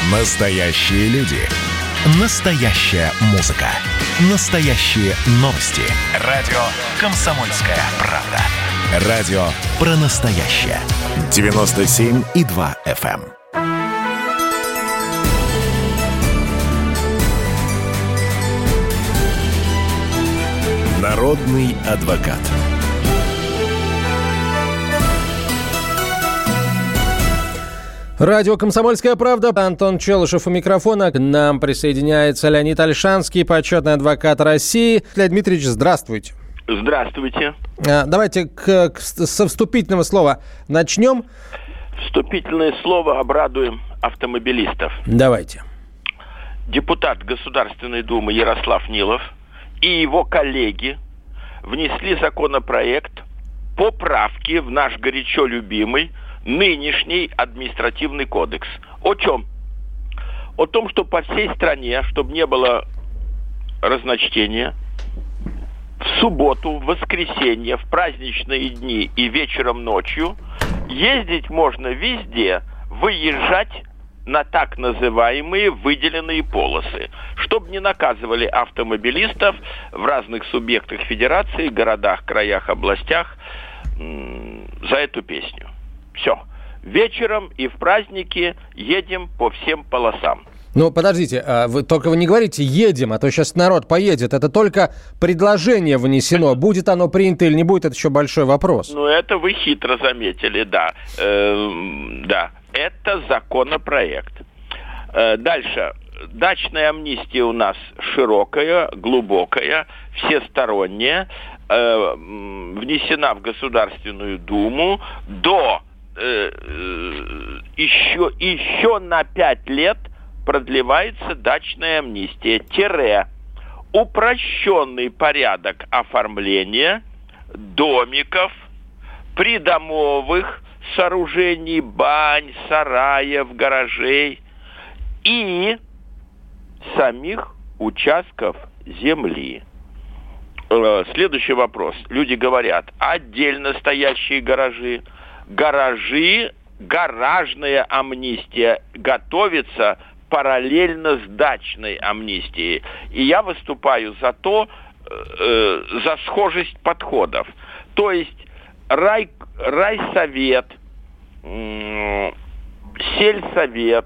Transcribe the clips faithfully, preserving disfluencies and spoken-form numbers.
Настоящие люди. Настоящая музыка. Настоящие новости. Радио «Комсомольская правда». Радио про настоящее. девяносто семь и два эф эм. Народный адвокат. Радио «Комсомольская правда». Антон Челышев у микрофона. К нам присоединяется Леонид Ольшанский, почетный адвокат России. Леонид Дмитриевич, здравствуйте. Здравствуйте. Давайте к, к, со вступительного слова начнем. Вступительное слово обрадуем автомобилистов. Давайте. Депутат Государственной Думы Ярослав Нилов и его коллеги внесли законопроект поправки в наш горячо любимый нынешний административный кодекс. О чем? О том, что по всей стране, чтобы не было разночтения, в субботу, в воскресенье, в праздничные дни и вечером ночью ездить можно везде, выезжать на так называемые выделенные полосы, чтобы не наказывали автомобилистов в разных субъектах федерации, городах, краях, областях м- за эту песню. Все. Вечером и в праздники едем по всем полосам. Ну, подождите, вы только вы не говорите «едем», а то сейчас народ поедет. Это только предложение внесено. Будет оно принято или не будет, это еще большой вопрос. Ну, это вы хитро заметили, да. Э, да, это законопроект. Э, дальше. Дачная амнистия у нас широкая, глубокая, всесторонняя. Э, внесена в Государственную Думу до э, э, еще, еще на пять лет продлевается дачная амнистия. Тире. Упрощенный порядок оформления домиков, придомовых сооружений, бань, сараев, гаражей и самих участков земли. Следующий вопрос. Люди говорят, отдельно стоящие гаражи. Гаражи, гаражная амнистия готовится параллельно с дачной амнистией. И я выступаю за то, э, за схожесть подходов. То есть рай, райсовет, э, сельсовет,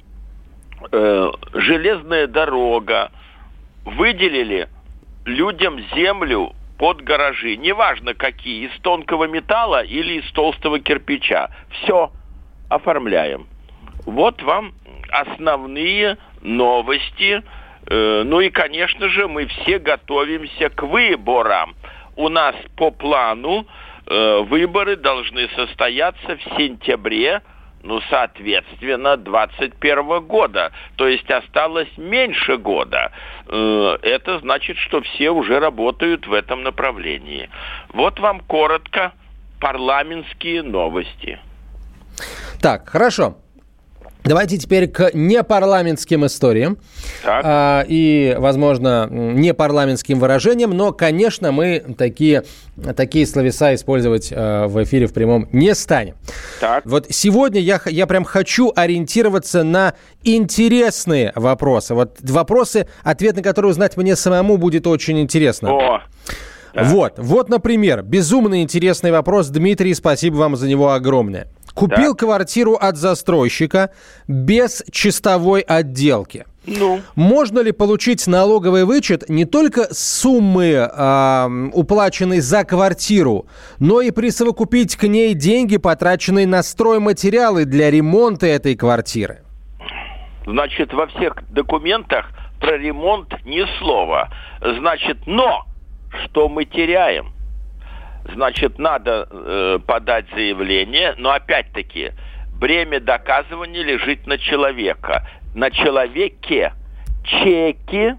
э, железная дорога выделили людям землю под гаражи. Неважно какие, из тонкого металла или из толстого кирпича. Все оформляем. Вот вам основные новости. Ну и, конечно же, мы все готовимся к выборам. У нас по плану выборы должны состояться в сентябре, ну, соответственно, двадцать первого года. То есть осталось меньше года. Это значит, что все уже работают в этом направлении. Вот вам коротко парламентские новости. Так, хорошо. Давайте теперь к непарламентским историям а, и, возможно, непарламентским выражениям, но, конечно, мы такие, такие словеса использовать а, в эфире в прямом не станем. Так. Вот сегодня я, я прям хочу ориентироваться на интересные вопросы. Вот вопросы, ответ на которые узнать мне самому будет очень интересно. О! Вот, вот, например, безумно интересный вопрос. Дмитрий, спасибо вам за него огромное. Купил так. квартиру от застройщика без чистовой отделки. Ну. Можно ли получить налоговый вычет не только суммы, э, уплаченной за квартиру, но и присовокупить к ней деньги, потраченные на стройматериалы для ремонта этой квартиры? Значит, во всех документах про ремонт ни слова. Значит, но что мы теряем? Значит, надо э, подать заявление, но опять-таки бремя доказывания лежит на человека. На человеке чеки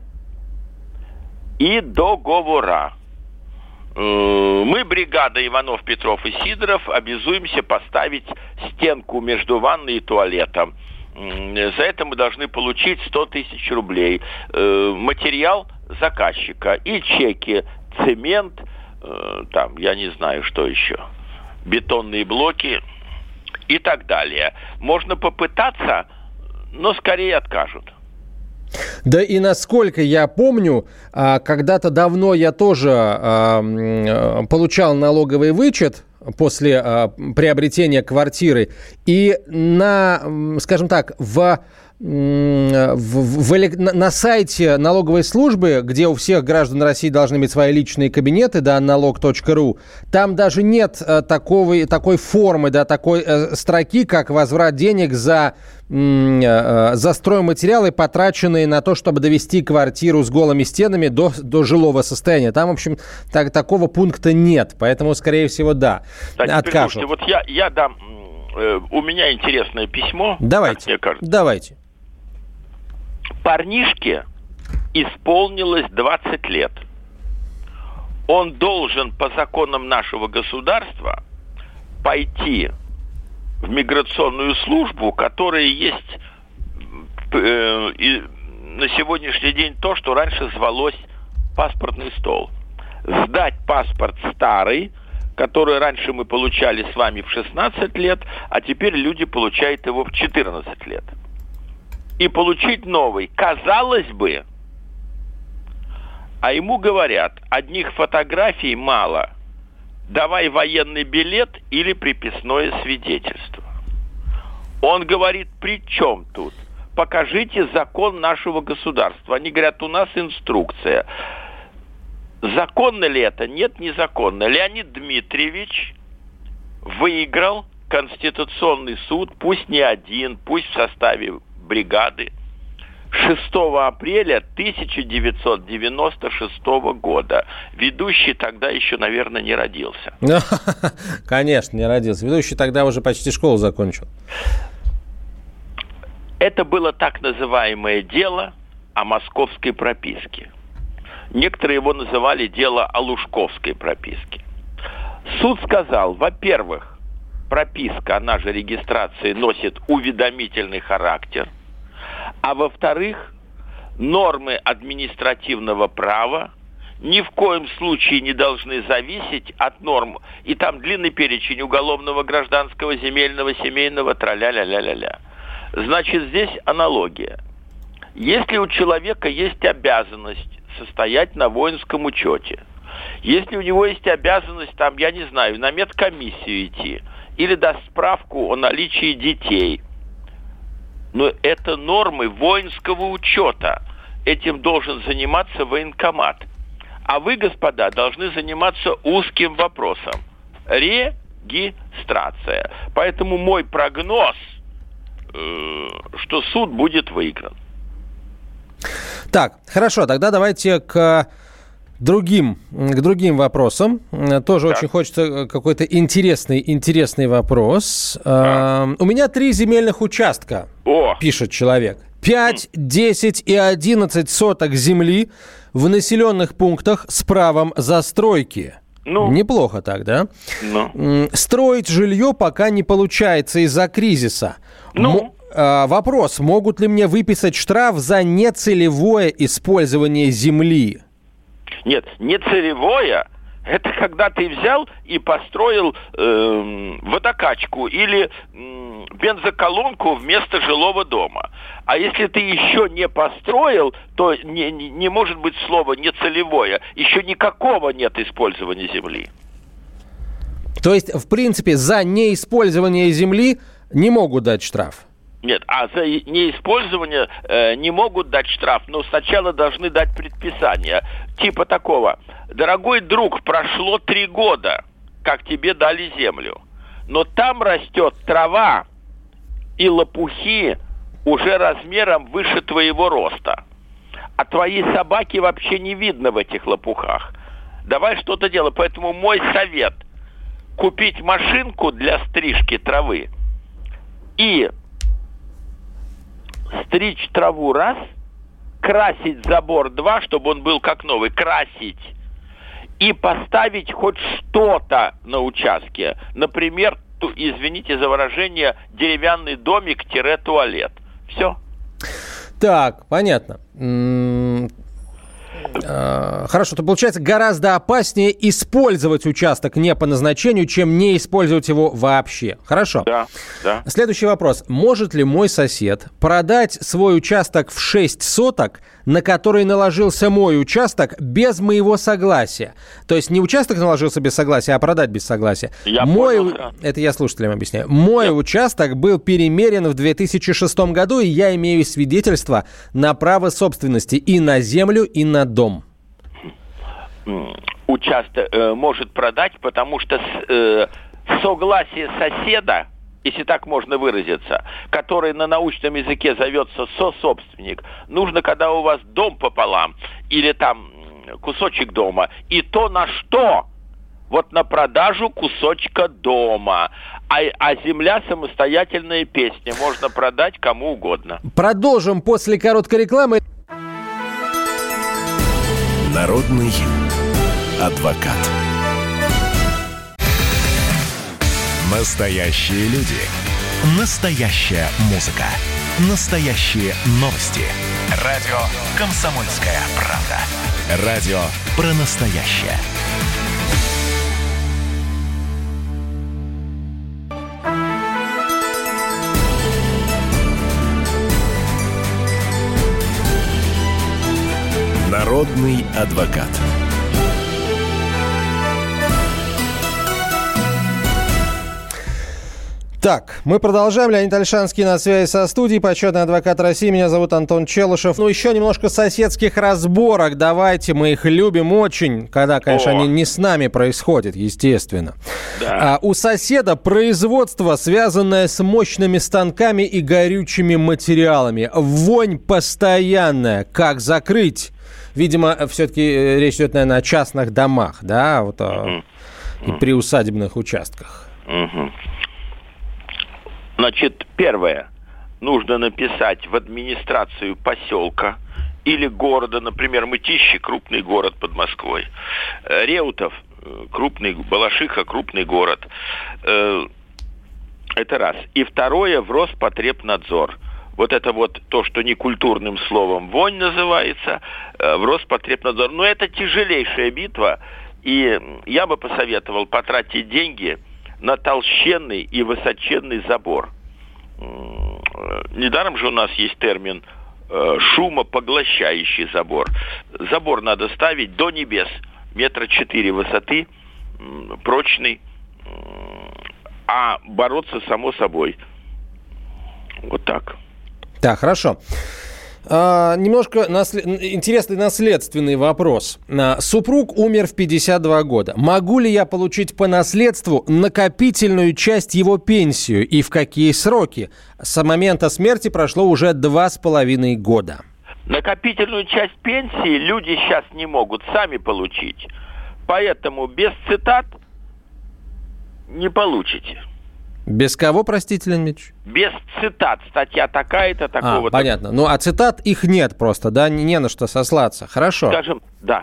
и договора. Э, мы, бригада Иванов, Петров и Сидоров, обязуемся поставить стенку между ванной и туалетом. Э, за это мы должны получить сто тысяч рублей. Э, материал заказчика и чеки, цемент, там, я не знаю, что еще, бетонные блоки и так далее. Можно попытаться но скорее откажут. Да и насколько я помню, когда-то давно я тоже получал налоговый вычет после приобретения квартиры. И на, скажем так, в... В, в, в, на сайте налоговой службы, где у всех граждан России должны быть свои личные кабинеты, да, налог точка ру, там даже нет э, такого, такой формы, да, такой э, строки, как возврат денег за, э, за стройматериалы, потраченные на то, чтобы довести квартиру с голыми стенами до, до жилого состояния. Там, в общем, так, такого пункта нет, поэтому, скорее всего, да, кстати, откажут. Вот я, я дам, э, у меня интересное письмо. Давайте, давайте. Парнишке исполнилось двадцать лет. Он должен по законам нашего государства пойти в миграционную службу, которая есть э, и на сегодняшний день то, что раньше звалось паспортный стол. Сдать паспорт старый, который раньше мы получали с вами в шестнадцать лет, а теперь люди получают его в четырнадцать лет. И получить новый. Казалось бы, а ему говорят, одних фотографий мало. Давай военный билет или приписное свидетельство. Он говорит, при чем тут? Покажите закон нашего государства. Они говорят, у нас инструкция. Законно ли это? Нет, незаконно. Леонид Дмитриевич выиграл Конституционный суд, пусть не один, пусть в составе бригады, шестого апреля тысяча девятьсот девяносто шестого года. Ведущий тогда еще, наверное, не родился. Конечно, не родился. Ведущий тогда уже почти школу закончил. Это было так называемое дело о московской прописке. Некоторые его называли дело о лужковской прописке. Суд сказал, во-первых, прописка, она же регистрация, носит уведомительный характер. А во-вторых, нормы административного права ни в коем случае не должны зависеть от норм. И там длинный перечень уголовного, гражданского, земельного, семейного, тра-ля-ля-ля-ля-ля. Значит, здесь аналогия. Если у человека есть обязанность состоять на воинском учете, если у него есть обязанность, там, я не знаю, на медкомиссию идти, или даст справку о наличии детей, но это нормы воинского учета. Этим должен заниматься военкомат. А вы, господа, должны заниматься узким вопросом. Регистрация. Поэтому мой прогноз, э, что суд будет выигран. Так, хорошо, тогда давайте к другим, к другим вопросам. Тоже так. Очень хочется какой-то интересный, интересный вопрос. А. У меня три земельных участка, О. пишет человек. пять, десять и одиннадцать соток земли в населенных пунктах с правом застройки. Ну. Неплохо так, да? Ну. Строить жилье пока не получается из-за кризиса. Ну. М- вопрос, могут ли мне выписать штраф за нецелевое использование земли? Нет, нецелевое – это когда ты взял и построил э, водокачку или э, бензоколонку вместо жилого дома. А если ты еще не построил, то не, не, не может быть слова нецелевое. Еще никакого нет использования земли. То есть, в принципе, за неиспользование земли не могут дать штраф? Нет, а за неиспользование э, не могут дать штраф, но сначала должны дать предписание. Типа такого. Дорогой друг, прошло три года, как тебе дали землю. Но там растет трава и лопухи уже размером выше твоего роста. А твои собаки вообще не видно в этих лопухах. Давай что-то делай. Поэтому мой совет – купить машинку для стрижки травы и стричь траву раз, красить забор два, чтобы он был как новый, красить, и поставить хоть что-то на участке. Например, ту, извините за выражение, деревянный домик-туалет. Все. Так, понятно. М- Э, хорошо, то получается гораздо опаснее использовать участок не по назначению, чем не использовать его вообще. Хорошо. Да, да. Следующий вопрос. Может ли мой сосед продать свой участок в шесть соток, на который наложился мой участок, без моего согласия? То есть не участок наложился без согласия, а продать без согласия. Я мой... понял, да. Это я слушателям объясняю. Мой я... участок был перемерен в две тысячи шестом году, и я имею свидетельство на право собственности и на землю, и на дом. Участок э, может продать, потому что э, согласие соседа, если так можно выразиться, который на научном языке зовется сособственник, нужно, когда у вас дом пополам или там кусочек дома, и то на что? Вот на продажу кусочка дома. А, а земля — самостоятельная песня. Можно продать кому угодно. Продолжим после короткой рекламы. Народный адвокат. Настоящие люди. Настоящая музыка. Настоящие новости. Радио «Комсомольская правда». Радио про настоящее. Народный адвокат. Так, мы продолжаем. Леонид Ольшанский на связи со студией. Почетный адвокат России. Меня зовут Антон Челышев. Ну, еще немножко соседских разборок. Давайте, мы их любим очень. Когда, конечно, О. они не с нами происходят, естественно. Да. А, у соседа производство, связанное с мощными станками и горючими материалами. Вонь постоянная. Как закрыть? Видимо, все-таки речь идет, наверное, о частных домах, да? Вот, uh-huh. И uh-huh. приусадебных участках. Uh-huh. Значит, первое. Нужно написать в администрацию поселка или города, например, Мытищи, крупный город под Москвой. Реутов, крупный, Балашиха, крупный город. Это раз. И второе, в Роспотребнадзор. Вот это вот то, что некультурным словом вонь называется, в Роспотребнадзор. Но это тяжелейшая битва, и я бы посоветовал потратить деньги на толщенный и высоченный забор. Недаром же у нас есть термин шумопоглощающий забор. Забор надо ставить до небес, метра четыре высоты, прочный, а бороться само собой. Вот так. Так, хорошо. А, немножко наслед... интересный наследственный вопрос. А, супруг умер в пятьдесят два года. Могу ли я получить по наследству накопительную часть его пенсию и в какие сроки? С момента смерти прошло уже два с половиной года. Накопительную часть пенсии люди сейчас не могут сами получить. Поэтому без цитат не получите. Без кого, простите, Леонид Ильич? Без цитат. Статья такая-то, такого-то. А, понятно. Ну, а цитат их нет просто, да? Не, не на что сослаться. Хорошо. Скажем, да.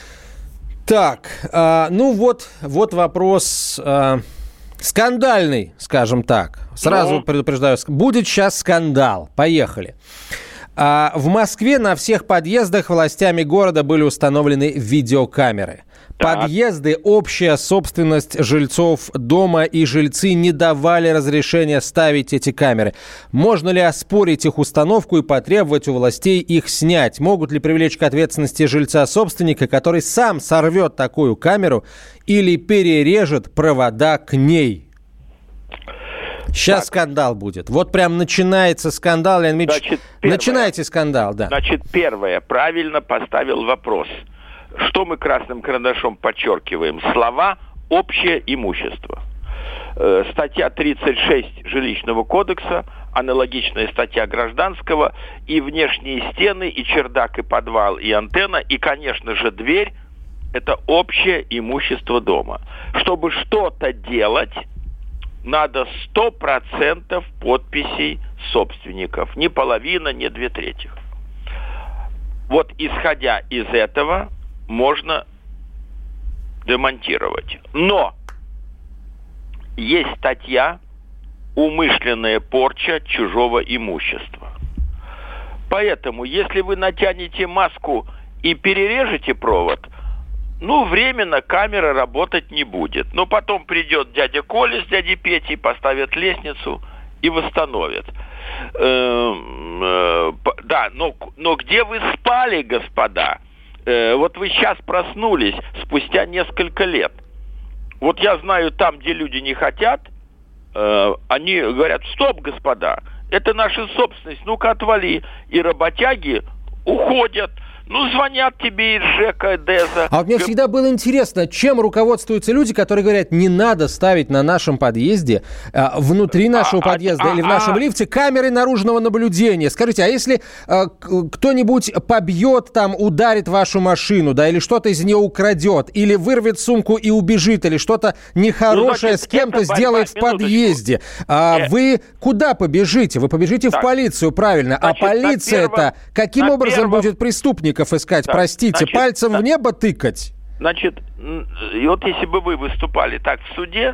Так, а, ну вот, вот вопрос а, скандальный, скажем так. Сразу ну. предупреждаю. Будет сейчас скандал. Поехали. А, в Москве на всех подъездах властями города были установлены видеокамеры. Так. Подъезды – общая собственность жильцов дома, и жильцы не давали разрешения ставить эти камеры. Можно ли оспорить их установку и потребовать у властей их снять? Могут ли привлечь к ответственности жильца-собственника, который сам сорвет такую камеру или перережет провода к ней? Сейчас так. Скандал будет. Вот прям начинается скандал, Леонид Ильич. Начинайте скандал, да. Значит, первое. Правильно поставил вопрос. Что мы красным карандашом подчеркиваем? Слова «общее имущество». Э, статья тридцать шесть Жилищного кодекса, аналогичная статья Гражданского, и внешние стены, и чердак, и подвал, и антенна, и, конечно же, дверь – это общее имущество дома. Чтобы что-то делать, надо сто процентов подписей собственников. Ни половина, ни две трети. Вот исходя из этого можно демонтировать. Но есть статья «Умышленная порча чужого имущества». Поэтому, если вы натянете маску и перережете провод, ну, временно камера работать не будет. Но потом придет дядя Коля с дядей Петей, поставят лестницу и восстановят. Да, но, но где вы спали, господа? Вот вы сейчас проснулись спустя несколько лет. Вот я знаю, там, где люди не хотят, они говорят: стоп, господа, это наша собственность, ну-ка отвали. И работяги уходят. Ну, звонят тебе из ЖЭКа, ДЭЗа. А вот мне всегда было интересно, чем руководствуются люди, которые говорят: не надо ставить на нашем подъезде, а, внутри нашего а, подъезда а, или в нашем а, лифте камеры наружного наблюдения. Скажите, а если а, кто-нибудь побьет там, ударит вашу машину, да, или что-то из нее украдет, или вырвет сумку и убежит, или что-то нехорошее ну, значит, с кем-то сделает в подъезде, а, э... вы куда побежите? Вы побежите так. в полицию, правильно. Значит, а полиция-то каким образом первом... будет преступник искать, да, простите, значит, пальцем да. в небо тыкать? Значит, и вот если бы вы выступали так в суде,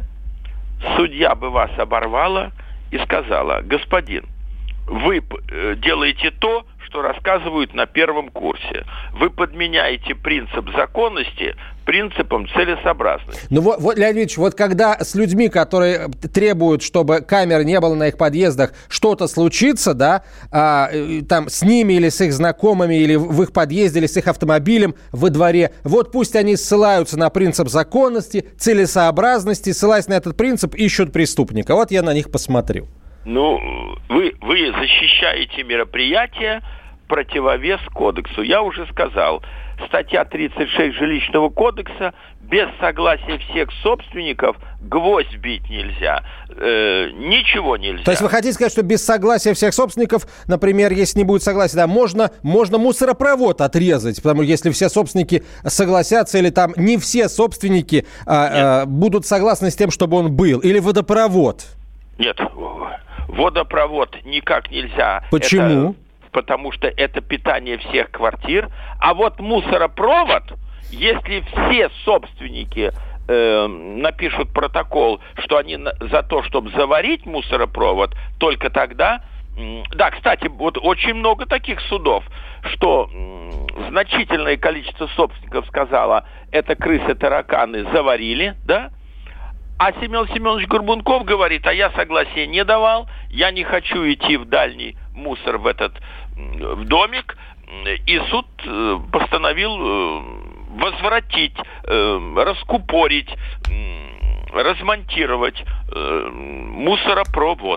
судья бы вас оборвала и сказала: господин, вы делаете то, что рассказывают на первом курсе. Вы подменяете принцип законности принципом целесообразности. Ну вот, вот, Леонид Ильич, вот когда с людьми, которые требуют, чтобы камер не было на их подъездах, что-то случится, да, а, там с ними или с их знакомыми, или в их подъезде, или с их автомобилем во дворе, вот пусть они ссылаются на принцип законности, целесообразности, ссылаясь на этот принцип, ищут преступника. Вот я на них посмотрю. Ну, вы, вы защищаете мероприятие противовес кодексу. Я уже сказал, статья тридцать шесть Жилищного кодекса: без согласия всех собственников гвоздь бить нельзя, э, ничего нельзя. То есть вы хотите сказать, что без согласия всех собственников, например, если не будет согласия, да, можно, можно мусоропровод отрезать, потому что если все собственники согласятся, или там не все собственники а, а, будут согласны с тем, чтобы он был, или водопровод? Нет, водопровод никак нельзя. Почему? Это... потому что это питание всех квартир. А вот мусоропровод, если все собственники э, напишут протокол, что они на, за то, чтобы заварить мусоропровод, только тогда... М, да, кстати, вот очень много таких судов, что м, значительное количество собственников сказало: это крысы, тараканы, заварили, да? А Семен Семенович Горбунков говорит: а я согласия не давал, я не хочу идти в дальний мусор в этот в домик. И суд постановил возвратить, раскупорить, размонтировать мусоропровод.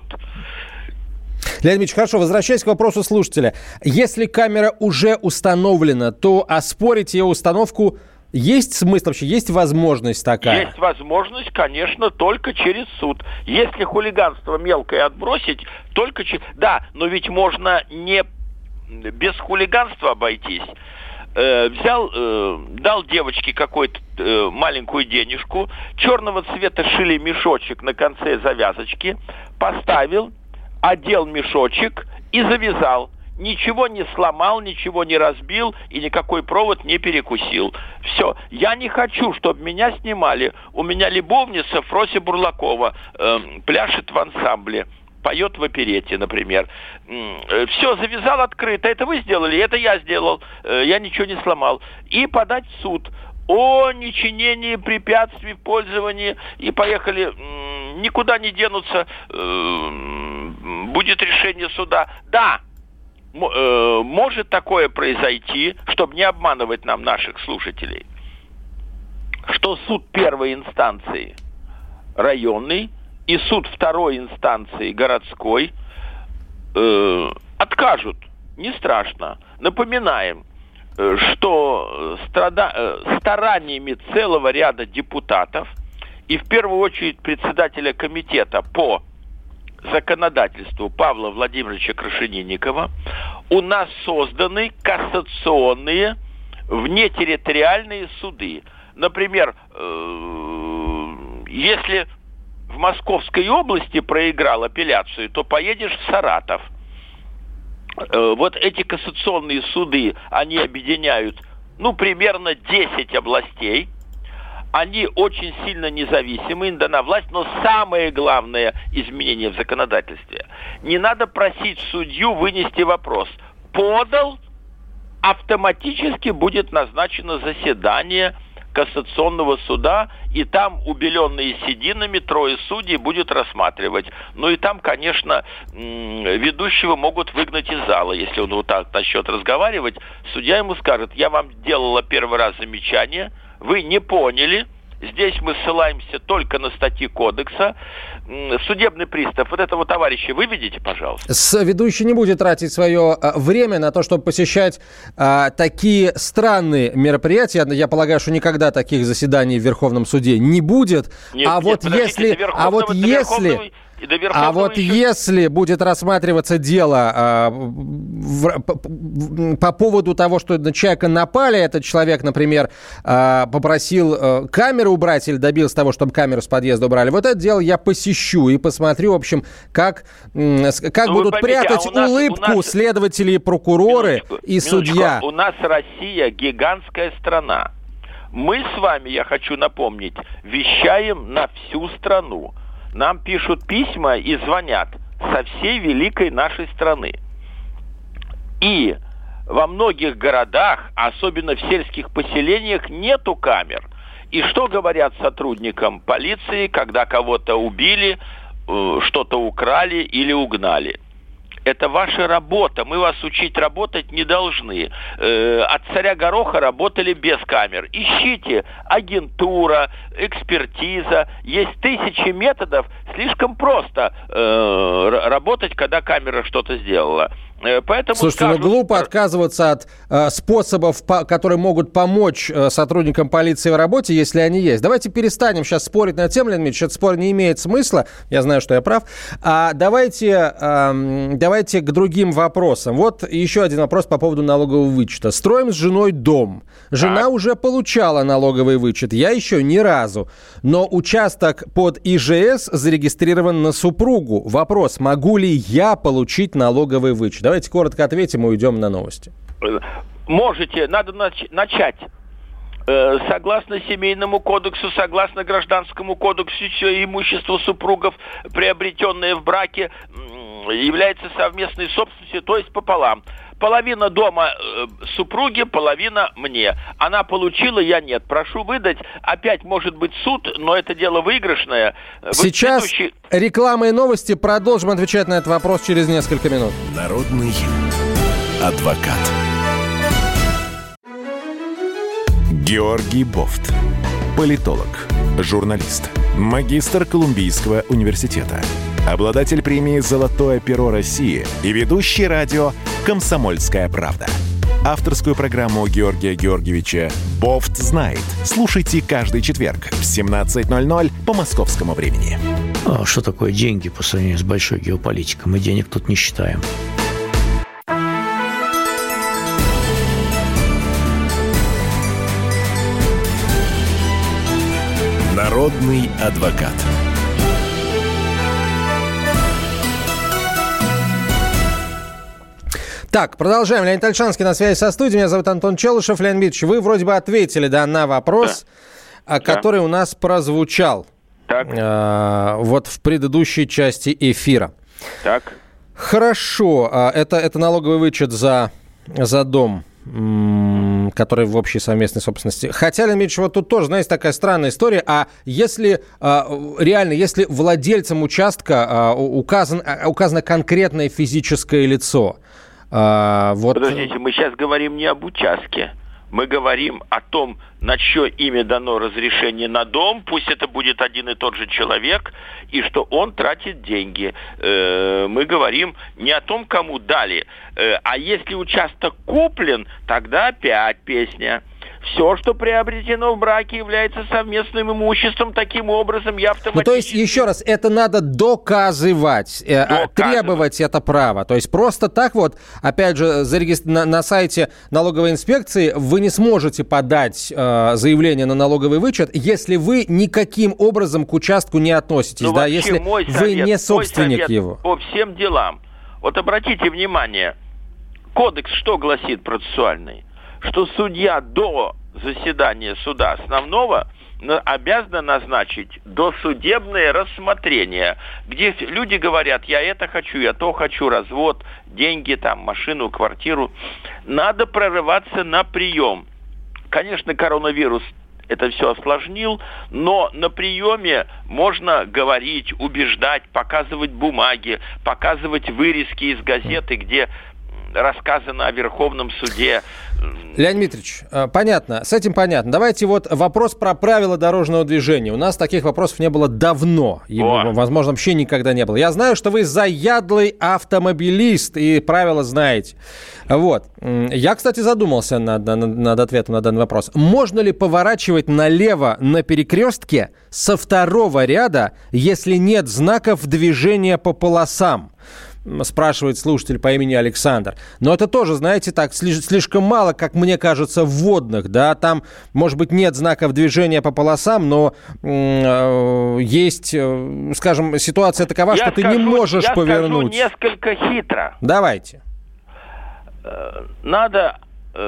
Леонид Ильич, хорошо, возвращаясь к вопросу слушателя. Если камера уже установлена, то оспорить ее установку есть смысл вообще? Есть возможность такая? Есть возможность, конечно, только через суд. Если хулиганство мелкое отбросить, только через... Да, но ведь можно не без хулиганства обойтись. Э, взял, э, дал девочке какую-то э, маленькую денежку, черного цвета шили мешочек на конце завязочки, поставил, одел мешочек и завязал. Ничего не сломал, ничего не разбил и никакой провод не перекусил. Все. Я не хочу, чтобы меня снимали. У меня любовница Фрося Бурлакова э, пляшет в ансамбле, поет в оперете, например. Э, все, завязал открыто. Это вы сделали, это я сделал. Э, я ничего не сломал. И подать в суд о нечинении препятствий в пользовании. И поехали. Э, никуда не денутся. Э, будет решение суда. Да. Может такое произойти, чтобы не обманывать нам наших слушателей, что суд первой инстанции районный и суд второй инстанции городской э, откажут. Не страшно. Напоминаем, что страда... стараниями целого ряда депутатов и в первую очередь председателя комитета по законодательству Павла Владимировича Крашенинникова у нас созданы кассационные внетерриториальные суды. Например, если в Московской области проиграл апелляцию, то поедешь в Саратов. Вот эти кассационные суды, они объединяют, ну, примерно десять областей. Они очень сильно независимы, им дана власть, но самое главное изменение в законодательстве. Не надо просить судью вынести вопрос. Подал автоматически будет назначено заседание Кассационного суда, и там убеленные сединами трое судей будут рассматривать. Ну и там, конечно, ведущего могут выгнать из зала. Если он вот так начнет разговаривать, судья ему скажет: я вам делала первый раз замечание, вы не поняли. Здесь мы ссылаемся только на статьи кодекса. Судебный пристав, вот этого товарища выведите, пожалуйста. С ведущий не будет тратить свое а, время на то, чтобы посещать а, такие странные мероприятия. Я полагаю, что никогда таких заседаний в Верховном суде не будет. Нет, а, нет, вот если, а вот если... А вот еще... если будет рассматриваться дело а, в, по, по поводу того, что на человека напали, этот человек, например, а, попросил а, камеру убрать или добился того, чтобы камеру с подъезда убрали, вот это дело я посещу и посмотрю, в общем, как, как ну, будут поймите, прятать а нас, улыбку нас... следователи и прокуроры минуточку, и минуточку. Судья. У нас Россия гигантская страна. Мы с вами, я хочу напомнить, вещаем на всю страну. Нам пишут письма и звонят со всей великой нашей страны. И во многих городах, особенно в сельских поселениях, нету камер. И что говорят сотрудникам полиции, когда кого-то убили, что-то украли или угнали? Это ваша работа, мы вас учить работать не должны. Э, от царя Гороха работали без камер. Ищите агентура, экспертиза. Есть тысячи методов. Слишком просто э, работать, когда камера что-то сделала. Поэтому Слушайте, скажут... ну глупо отказываться от э, способов, по, которые могут помочь э, сотрудникам полиции в работе, если они есть. Давайте перестанем сейчас спорить на эту тему, Леонид Ильич, этот спор не имеет смысла, я знаю, что я прав. А давайте, э, давайте к другим вопросам. Вот еще один вопрос по поводу налогового вычета. Строим с женой дом. Жена а? уже получала налоговый вычет, я еще ни разу. Но участок под И Ж С зарегистрирован на супругу. Вопрос, могу ли я получить налоговый вычет? Давайте коротко ответим и уйдем на новости. Можете, надо нач- начать. Э, согласно Семейному кодексу, согласно Гражданскому кодексу, все имущество супругов, приобретенное в браке, является совместной собственностью, то есть пополам. Половина дома э, супруги, половина мне. Она получила, я нет. Прошу выдать. Опять может быть суд, но это дело выигрышное. Сейчас Следующий... реклама и новости. Продолжим отвечать на этот вопрос через несколько минут. Народный адвокат. Георгий Бофт. Политолог, журналист, магистр Колумбийского университета, обладатель премии «Золотое перо России» и ведущий радио «Комсомольская правда». Авторскую программу Георгия Георгиевича «Бофт знает». Слушайте каждый четверг в семнадцать ноль ноль по московскому времени. А что такое деньги по сравнению с большой геополитикой? Мы денег тут не считаем. Народный адвокат. Так, продолжаем. Леонид Ольшанский на связи со студией. Меня зовут Антон Челышев. Леонид Ильич, вы вроде бы ответили, да, на вопрос, да. который да. у нас прозвучал так. Э, вот в предыдущей части эфира. Так. Хорошо. Это, это налоговый вычет за, за дом, который в общей совместной собственности. Хотя, Леонид Ильич, вот тут тоже, знаете, такая странная история. А если реально, если владельцем участка указан, указано конкретное физическое лицо, вот... Подождите, мы сейчас говорим не об участке. Мы говорим о том, на чье имя дано разрешение на дом, пусть это будет один и тот же человек, и что он тратит деньги. Мы говорим не о том, кому дали, а если участок куплен, тогда опять песня. Все, что приобретено в браке, является совместным имуществом. Таким образом, я автоматически... Ну, то есть, еще раз, это надо доказывать, доказывать. требовать это право. То есть, просто так вот, опять же, зарегистр... на, на сайте налоговой инспекции вы не сможете подать э, заявление на налоговый вычет, если вы никаким образом к участку не относитесь, ну, да, если совет, вы не собственник его. По всем делам. Вот обратите внимание, кодекс что гласит процессуальный? Что судья до заседания суда основного обязана назначить досудебное рассмотрение, где люди говорят, я это хочу, я то хочу, развод, деньги, там, машину, квартиру. Надо прорываться на прием. Конечно, коронавирус это все осложнил, но на приеме можно говорить, убеждать, показывать бумаги, показывать вырезки из газеты, где рассказано о Верховном суде. Леонид Дмитриевич, понятно, с этим понятно. Давайте вот вопрос про правила дорожного движения. У нас таких вопросов не было давно. И, возможно, вообще никогда не было. Я знаю, что вы заядлый автомобилист и правила знаете. Вот. Я, кстати, задумался над, над, над ответом на данный вопрос. Можно ли поворачивать налево на перекрестке со второго ряда, если нет знаков движения по полосам? Спрашивает слушатель по имени Александр. Но это тоже, знаете, так слишком мало, как мне кажется, вводных, да, там, может быть, нет знаков движения по полосам, но э, есть, э, скажем, ситуация такова, я что скажу, ты не можешь я повернуть. Я скажу несколько хитро. Давайте. Надо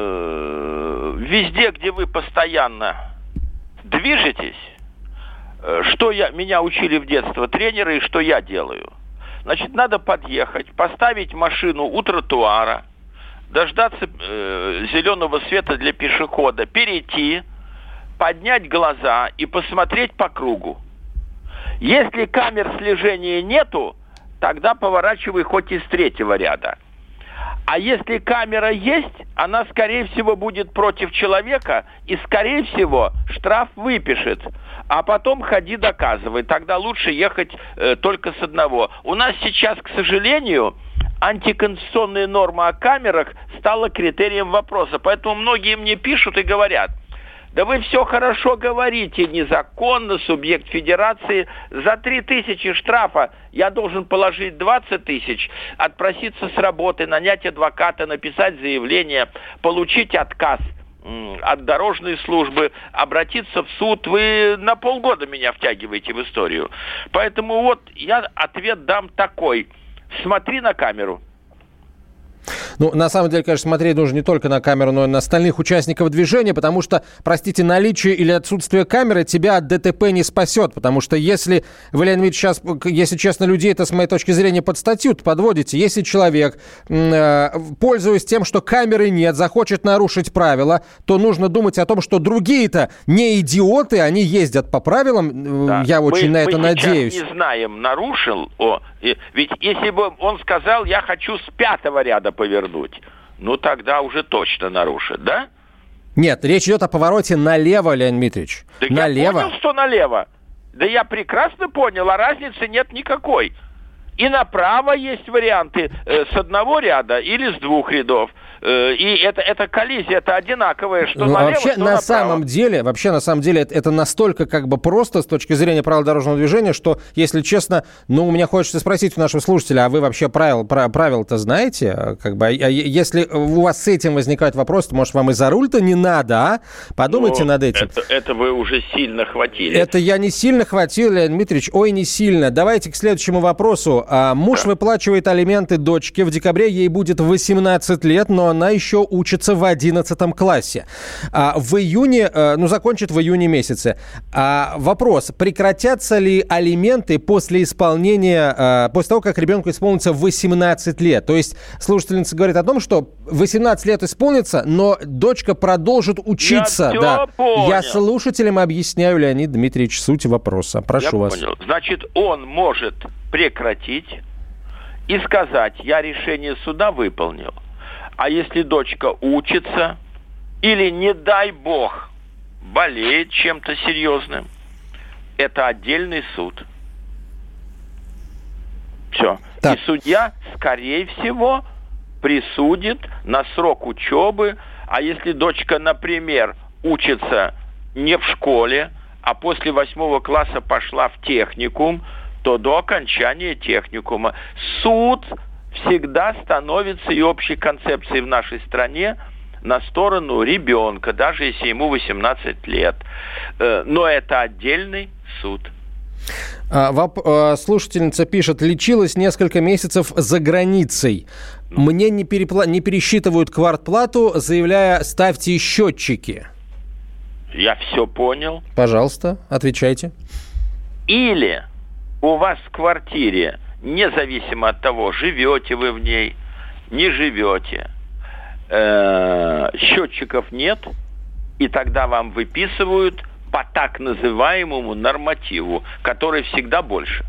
э, везде, где вы постоянно движетесь, э, что я, меня учили в детстве тренеры, и что я делаю. Значит, надо подъехать, поставить машину у тротуара, дождаться э, зеленого света для пешехода, перейти, поднять глаза и посмотреть по кругу. Если камер слежения нету, тогда поворачивай хоть из третьего ряда. А если камера есть, она, скорее всего, будет против человека и, скорее всего, штраф выпишет. А потом ходи доказывай. Тогда лучше ехать э, только с одного. У нас сейчас, к сожалению, антиконституционная норма о камерах стала критерием вопроса. Поэтому многие мне пишут и говорят, да вы все хорошо говорите, незаконно, субъект федерации. За три тысячи штрафа я должен положить двадцать тысяч, отпроситься с работы, нанять адвоката, написать заявление, получить отказ от дорожной службы, обратиться в суд. Вы на полгода меня втягиваете в историю. Поэтому вот я ответ дам такой. Смотри на камеру. Ну, на самом деле, конечно, смотреть нужно не только на камеру, но и на остальных участников движения, потому что, простите, наличие или отсутствие камеры тебя от ДТП не спасет, потому что если вы, Леонид Ильич, сейчас, если честно, людей, это, с моей точки зрения, под статью подводите. Если человек, э, пользуясь тем, что камеры нет, захочет нарушить правила, то нужно думать о том, что другие-то не идиоты, они ездят по правилам, да. Я очень мы, на это мы надеюсь. Мы не знаем, нарушил, о, ведь если бы он сказал, я хочу с пятого ряда повернуть, ну тогда уже точно нарушит, да? Нет, речь идет о повороте налево, Леонид Дмитриевич. Да налево. Я понял, что налево. Да я прекрасно понял, а разницы нет никакой. И направо есть варианты э, с одного ряда или с двух рядов. Э, и это, это коллизия, это одинаковое, что ну, налево, вообще, что на направо. самом деле, вообще, на самом деле, это, это настолько как бы просто с точки зрения правил дорожного движения, что, если честно, ну, у меня хочется спросить у нашего слушателя, а вы вообще правил, правила-то знаете? Как бы, а если у вас с этим возникает вопрос, то, может, вам и за руль-то не надо, а? Подумайте ну, над этим. Это, это вы уже сильно хватили. Это я не сильно хватил, Леонид Дмитриевич, ой, не сильно. Давайте к следующему вопросу. А, муж да. выплачивает алименты дочке. В декабре ей будет восемнадцать лет, но она еще учится в одиннадцатом классе. А, в июне, а, ну, закончит в июне месяце. А, вопрос, прекратятся ли алименты после исполнения, а, после того, как ребенку исполнится восемнадцать лет? То есть слушательница говорит о том, что восемнадцать лет исполнится, но дочка продолжит учиться. Я да. все понял. Я слушателям объясняю, Леонид Дмитриевич, суть вопроса. Прошу Я вас. Понял. Значит, он может прекратить и сказать, я решение суда выполнил. А если дочка учится или, не дай бог, болеет чем-то серьезным, это отдельный суд. Все. Так. И судья, скорее всего, присудит на срок учебы. А если дочка, например, учится не в школе, а после восьмого класса пошла в техникум, то до окончания техникума суд всегда становится и общей концепцией в нашей стране на сторону ребенка, даже если ему восемнадцать лет. Но это отдельный суд. Слушательница пишет, лечилась несколько месяцев за границей. Мне не, перепла... не пересчитывают квартплату, заявляя, ставьте счетчики. Я все понял. Пожалуйста, отвечайте. Или у вас в квартире, независимо от того, живете вы в ней, не живете, э, счетчиков нет, и тогда вам выписывают по так называемому нормативу, который всегда больше.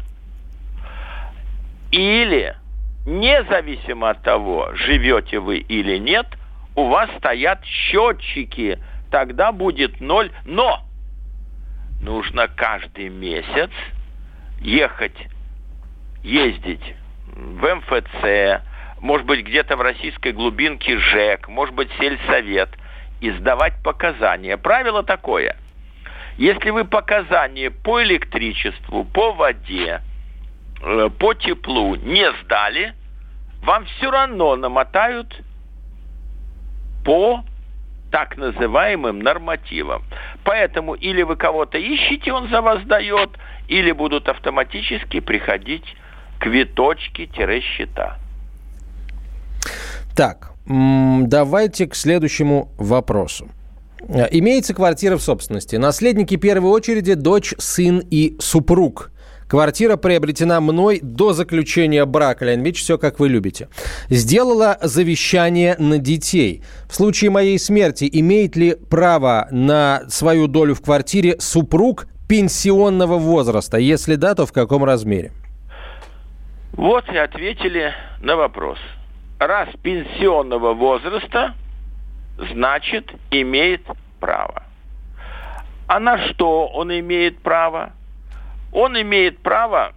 Или, независимо от того, живете вы или нет, у вас стоят счетчики, тогда будет ноль. Но нужно каждый месяц ехать, ездить в эм эф цэ, может быть, где-то в российской глубинке ЖЭК, может быть, сельсовет, и сдавать показания. Правило такое. Если вы показания по электричеству, по воде, э, по теплу не сдали, вам все равно намотают по так называемым нормативам. Поэтому или вы кого-то ищете, он за вас дает, или будут автоматически приходить квиточки-счета. Так, давайте к следующему вопросу. Имеется квартира в собственности. Наследники первой очереди – дочь, сын и супруг. Квартира приобретена мной до заключения брака. Леонид Ильич, все как вы любите. Сделала завещание на детей. В случае моей смерти имеет ли право на свою долю в квартире супруг пенсионного возраста? Если да, то в каком размере? Вот и ответили на вопрос. Раз пенсионного возраста, значит, имеет право. А на что он имеет право? Он имеет право,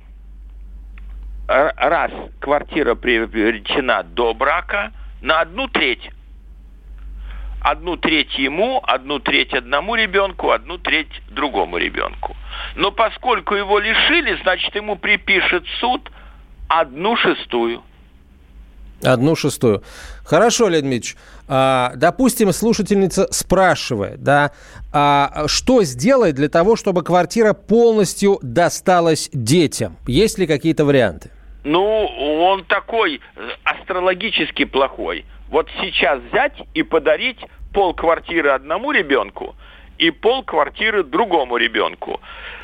раз квартира приобретена до брака, на одну треть. Одну треть ему, одну треть одному ребенку, одну треть другому ребенку. Но поскольку его лишили, значит, ему припишет суд одну шестую. Одну шестую. Хорошо, Леонид Ильич. А, допустим, слушательница спрашивает, да, а, что сделать для того, чтобы квартира полностью досталась детям? Есть ли какие-то варианты? Ну, он такой астрологически плохой. Вот сейчас взять и подарить полквартиры одному ребенку и полквартиры другому ребенку.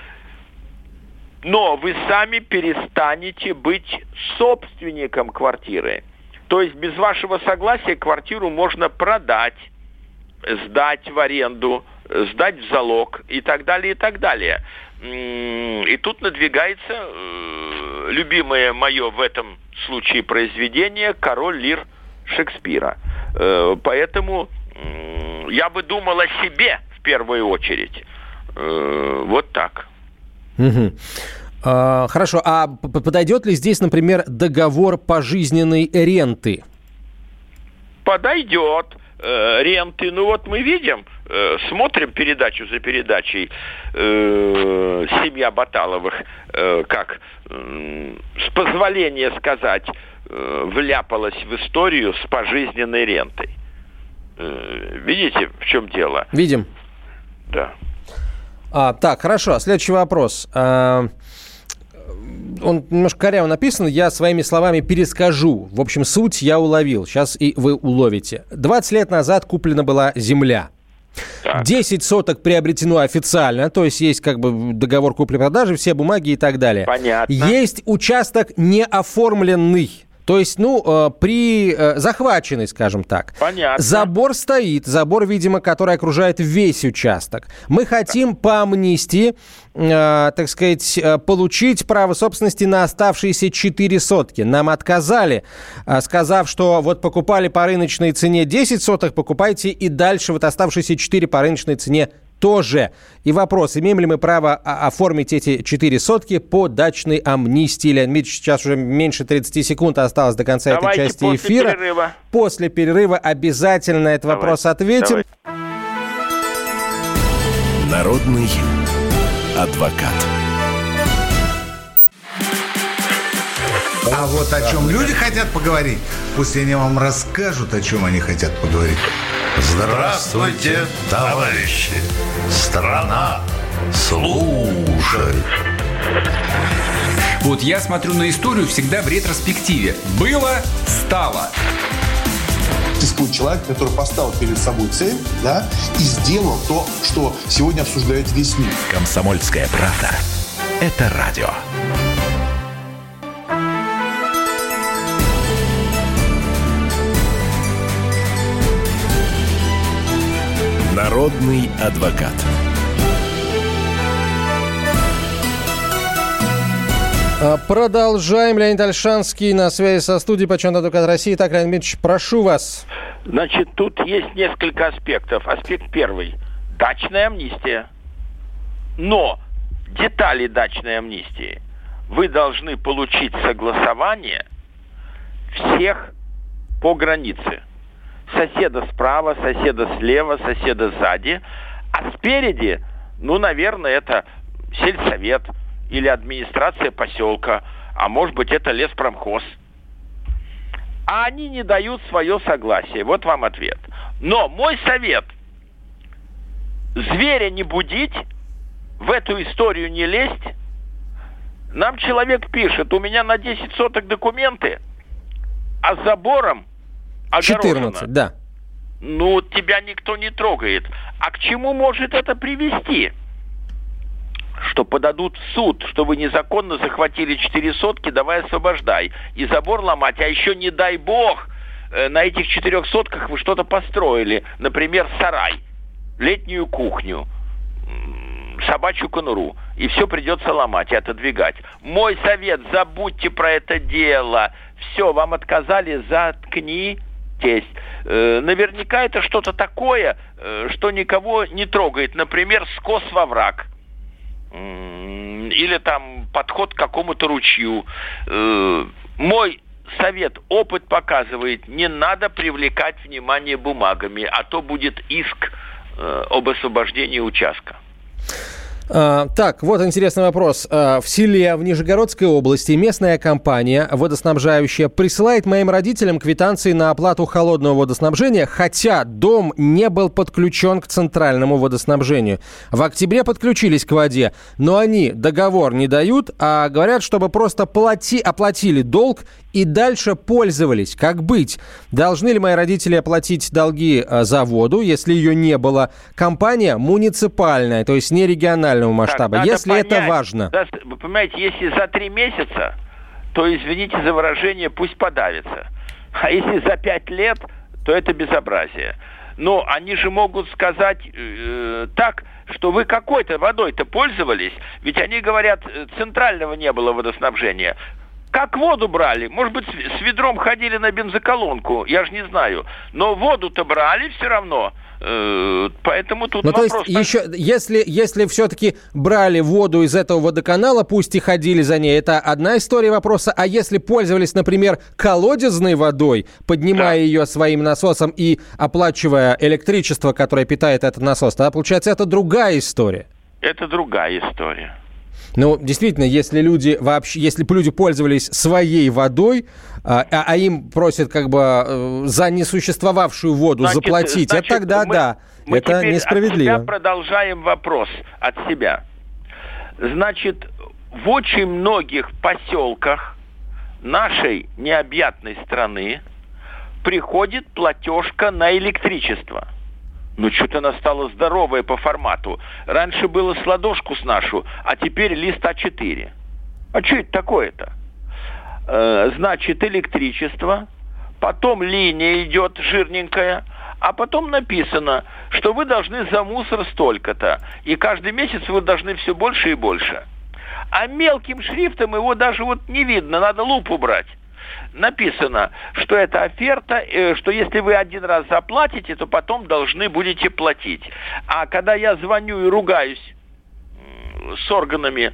Но вы сами перестанете быть собственником квартиры. То есть без вашего согласия квартиру можно продать, сдать в аренду, сдать в залог и так далее, и так далее. И тут надвигается любимое мое в этом случае произведение «Король Лир» Шекспира. Поэтому я бы думал о себе в первую очередь. Вот так. Угу. А, хорошо, а подойдет ли здесь, например, договор пожизненной ренты? Подойдет. Э, ренты, ну вот мы видим, э, смотрим передачу за передачей э, «Семья Баталовых», э, как, э, с позволения сказать, э, вляпалась в историю с пожизненной рентой. Э, видите, в чем дело? Видим. Да. А, так, хорошо. Следующий вопрос. А, он немножко коряво написан, я своими словами перескажу. В общем, суть я уловил. Сейчас и вы уловите. двадцать лет назад куплена была земля. Так. десять соток приобретено официально, то есть есть как бы договор купли-продажи, все бумаги и так далее. Понятно. Есть участок неоформленный. То есть, ну, э, при э, захваченный, скажем так. Понятно. Забор стоит, забор, видимо, который окружает весь участок. Мы хотим по амнистии, э, так сказать, э, получить право собственности на оставшиеся четыре сотки. Нам отказали, э, сказав, что вот покупали по рыночной цене десять соток, покупайте и дальше вот оставшиеся четыре по рыночной цене тоже. И вопрос, имеем ли мы право оформить эти четыре сотки по дачной амнистии? Леонид Ильич, сейчас уже меньше тридцать секунд осталось до конца Давайте этой части после эфира. Перерыва. После перерыва обязательно на этот Давай. вопрос ответим. Давай. Народный адвокат. А вот о чем люди хотят поговорить, пусть они вам расскажут, о чем они хотят поговорить. Здравствуйте, товарищи! Страна слушает. Вот я смотрю на историю всегда в ретроспективе. Было, стало. Рискует человек, который поставил перед собой цель, да, и сделал то, что сегодня обсуждает весь мир. «Комсомольская правда». Это радио. Народный адвокат. Продолжаем. Леонид Ольшанский на связи со студией «Почетный адвокат России». Так, Леонид Дмитриевич, прошу вас. Значит, тут есть несколько аспектов. Аспект первый. Дачная амнистия. Но детали дачной амнистии вы должны получить согласование всех по границе. Соседа справа, соседа слева, соседа сзади. А спереди, ну, наверное, это сельсовет или администрация поселка, а может быть, это леспромхоз. А они не дают свое согласие. Вот вам ответ. Но мой совет: зверя не будить, в эту историю не лезть. Нам человек пишет: у меня на десять соток документы, а с забором огорожено. четырнадцать, да. Ну, тебя никто не трогает. А к чему может это привести? Что подадут в суд, что вы незаконно захватили четыре сотки, давай освобождай. И забор ломать, а еще, не дай бог, на этих четырех сотках вы что-то построили. Например, сарай, летнюю кухню, собачью конуру. И все придется ломать и отодвигать. Мой совет: забудьте про это дело. Все, вам отказали, заткнитесь. Э, наверняка это что-то такое, э, что никого не трогает. Например, скос во враг. Или там подход к какому-то ручью. Э, мой совет: опыт показывает, не надо привлекать внимание бумагами, а то будет иск э, об освобождении участка. А, так, вот интересный вопрос. А, в селе в Нижегородской области местная компания водоснабжающая присылает моим родителям квитанции на оплату холодного водоснабжения, хотя дом не был подключен к центральному водоснабжению. В октябре подключились к воде, но они договор не дают, а говорят, чтобы просто плати, оплатили долг и дальше пользовались. Как быть? Должны ли мои родители оплатить долги за воду, если ее не было? Компания муниципальная, то есть не регионального масштаба, так, если понять, это важно. Да, вы понимаете, если за три месяца, то, извините за выражение, пусть подавится. А если за пять лет, то это безобразие. Но они же могут сказать э, так, что вы какой-то водой-то пользовались, ведь они говорят, центрального не было водоснабжения. Как воду брали? Может быть, с ведром ходили на бензоколонку, я же не знаю. Но воду-то брали все равно. Поэтому тут ну, вопрос... То есть, еще, если, если все-таки брали воду из этого водоканала, пусть и ходили за ней, это одна история вопроса. А если пользовались, например, колодезной водой, поднимая да. ее своим насосом и оплачивая электричество, которое питает этот насос, тогда, получается, это другая история. Это другая история. Ну, действительно, если люди вообще, если бы люди пользовались своей водой, а, а им просят как бы за несуществовавшую воду значит, заплатить, значит, это тогда, мы, да, мы это несправедливо. От себя продолжаем вопрос от себя. Значит, в очень многих поселках нашей необъятной страны приходит платежка на электричество. Ну, что-то она стала здоровая по формату. Раньше было с ладошку с нашу, а теперь лист а четыре. А что это такое-то? Э, значит, электричество, потом линия идет жирненькая, а потом написано, что вы должны за мусор столько-то. И каждый месяц вы должны все больше и больше. А мелким шрифтом его даже вот не видно, надо лупу брать. Написано, что это оферта, что если вы один раз заплатите, то потом должны будете платить. А когда я звоню и ругаюсь с органами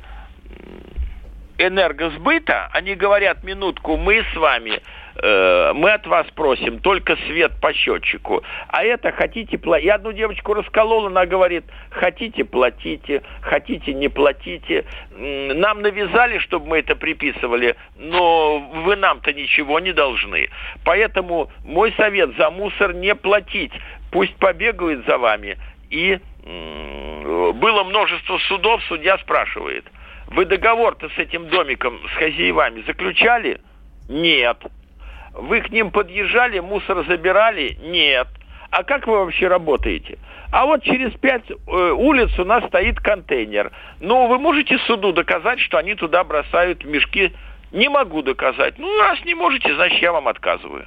энергосбыта, они говорят: минутку, мы с вами, э, мы от вас просим только свет по счетчику. А это хотите платить. Я одну девочку расколола, она говорит: хотите платите, хотите не платите. Нам навязали, чтобы мы это приписывали, но вы нам-то ничего не должны. Поэтому мой совет: за мусор не платить. Пусть побегают за вами. И м- было множество судов, судья спрашивает: вы договор-то с этим домиком, с хозяевами заключали? Нет. Вы к ним подъезжали, мусор забирали? Нет. А как вы вообще работаете? А вот через пять э, улиц у нас стоит контейнер. Ну, вы можете суду доказать, что они туда бросают мешки? Не могу доказать. Ну, раз не можете, значит, я вам отказываю.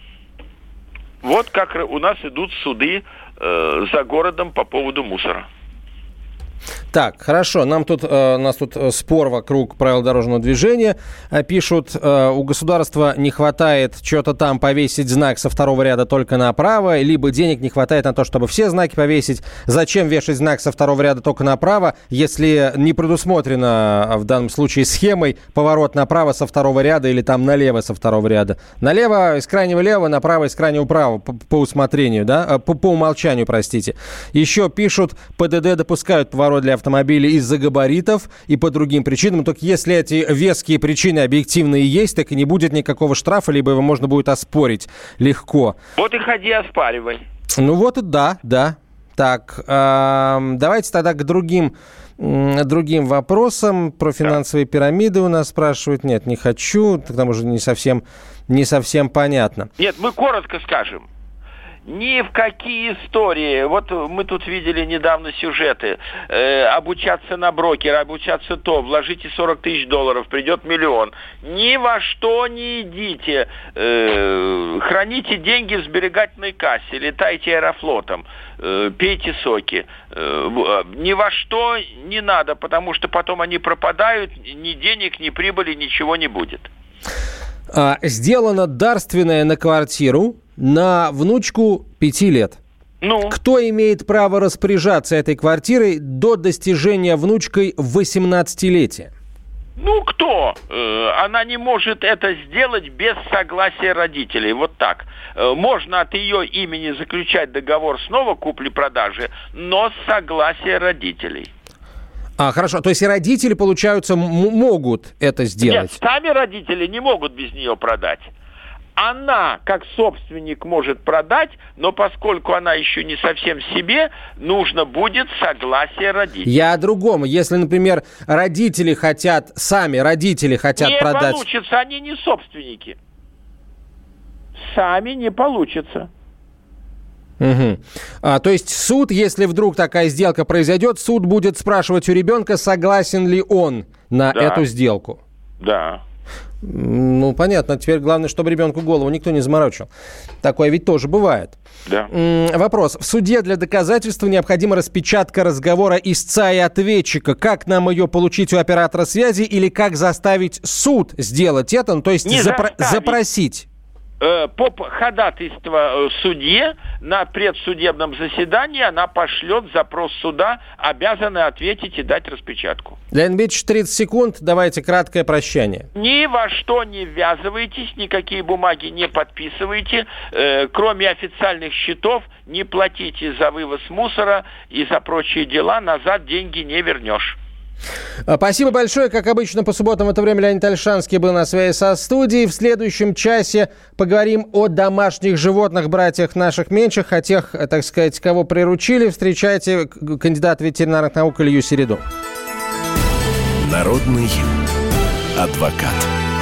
Вот как у нас идут суды э, за городом по поводу мусора. Так, хорошо. Нам тут, э, у нас тут спор вокруг правил дорожного движения. Э, пишут, э, у государства не хватает что-то там повесить знак со второго ряда только направо, либо денег не хватает на то, чтобы все знаки повесить. Зачем вешать знак со второго ряда только направо, если не предусмотрено в данном случае схемой поворот направо со второго ряда или там налево со второго ряда? Налево из крайнего лева, направо из крайнего права по, по усмотрению, да? По, по умолчанию, простите. Еще пишут, ПДД допускают поворот для автомобилей из-за габаритов и по другим причинам. Только если эти веские причины объективные есть, так и не будет никакого штрафа, либо его можно будет оспорить легко. Вот и ходи оспаривай. Ну вот и да, да. Так, э, давайте тогда к другим, э, другим вопросам. Про финансовые пирамиды у нас спрашивают. Нет, не хочу, там уже не совсем, не совсем понятно. Нет, мы коротко скажем. Ни в какие истории. Вот мы тут видели недавно сюжеты. Э, обучаться на брокера, обучаться то. Вложите сорок тысяч долларов, придет миллион. Ни во что не идите. Э, храните деньги в сберегательной кассе. Летайте аэрофлотом. Э, пейте соки. Э, ни во что не надо, потому что потом они пропадают. Ни денег, ни прибыли, ничего не будет. А, сделано дарственное на квартиру на внучку пяти лет. Ну? Кто имеет право распоряжаться этой квартирой до достижения внучкой восемнадцатилетия? Ну, кто? Э, она не может это сделать без согласия родителей. Вот так. Э, можно от ее имени заключать договор снова купли-продажи, но с согласия родителей. А, хорошо. То есть и родители, получаются, м- могут это сделать? Нет, сами родители не могут без нее продать. Она, как собственник, может продать, но поскольку она еще не совсем себе, нужно будет согласие родителей. Я о другом. Если, например, родители хотят, сами родители хотят не продать... Не получится, они не собственники. Сами не получится. Угу. А, то есть суд, если вдруг такая сделка произойдет, суд будет спрашивать у ребенка, согласен ли он на да. эту сделку. Да. Ну, понятно. Теперь главное, чтобы ребенку голову никто не заморочил. Такое ведь тоже бывает. Да. Вопрос. В суде для доказательства необходима распечатка разговора истца и ответчика. Как нам ее получить у оператора связи или как заставить суд сделать это? Ну, то есть запро- запросить. По ходатайству судье на предсудебном заседании она пошлет запрос суда, обязаны ответить и дать распечатку. Леонид Ильич, тридцать секунд. Давайте краткое прощание. Ни во что не ввязывайтесь, никакие бумаги не подписывайте. Э, кроме официальных счетов не платите за вывоз мусора и за прочие дела. Назад деньги не вернешь. Спасибо большое. Как обычно, по субботам в это время Леонид Ольшанский был на связи со студией. В следующем часе поговорим о домашних животных, братьях наших меньших, о тех, так сказать, кого приручили. Встречайте кандидата ветеринарных наук Илью Середу. Народный адвокат.